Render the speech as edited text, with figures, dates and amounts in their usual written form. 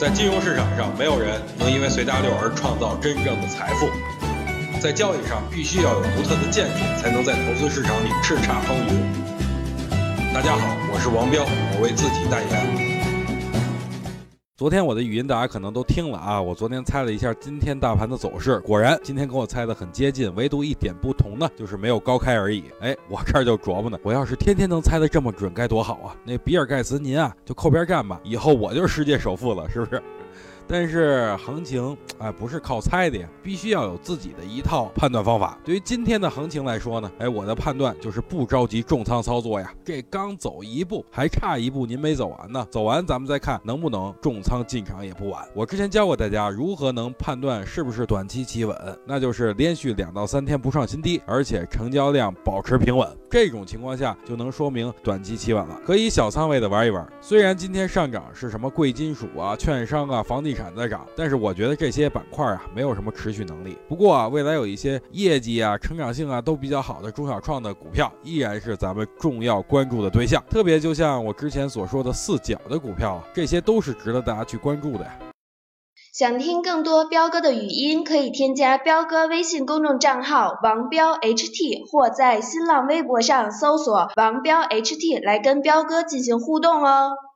在金融市场上，没有人能因为随大流而创造真正的财富。在交易上，必须要有独特的见解，才能在投资市场里叱咤风云。大家好，我是王彪，我为自己代言。 昨天我的语音大家可能都听了啊，我昨天猜了一下今天大盘的走势，果然今天跟我猜的很接近，唯独一点不同呢，就是没有高开而已。我这儿就琢磨呢，我要是天天能猜得这么准该多好啊，那比尔盖茨您啊就靠边站吧，以后我就是世界首富了，是不是？但是行情不是靠猜的呀，必须要有自己的一套判断方法。对于今天的行情来说呢，我的判断就是不着急重仓操作呀，这刚走一步，还差一步您没走完呢，走完咱们再看能不能重仓进场也不晚。我之前教过大家如何能判断是不是短期企稳，那就是连续2到3天不创新低，而且成交量保持平稳，这种情况下就能说明短期企稳了，可以小仓位的玩一玩。虽然今天上涨是什么贵金属啊、券商啊、房地产在涨，但是我觉得这些板块没有什么持续能力。不过未来有一些业绩成长性都比较好的中小创的股票依然是咱们重要关注的对象，特别就像我之前所说的4角的股票这些都是值得大家去关注的呀。 想听更多彪哥的语音，可以添加彪哥微信公众账号王彪 HT， 或在新浪微博上搜索王彪 HT 来跟彪哥进行互动哦。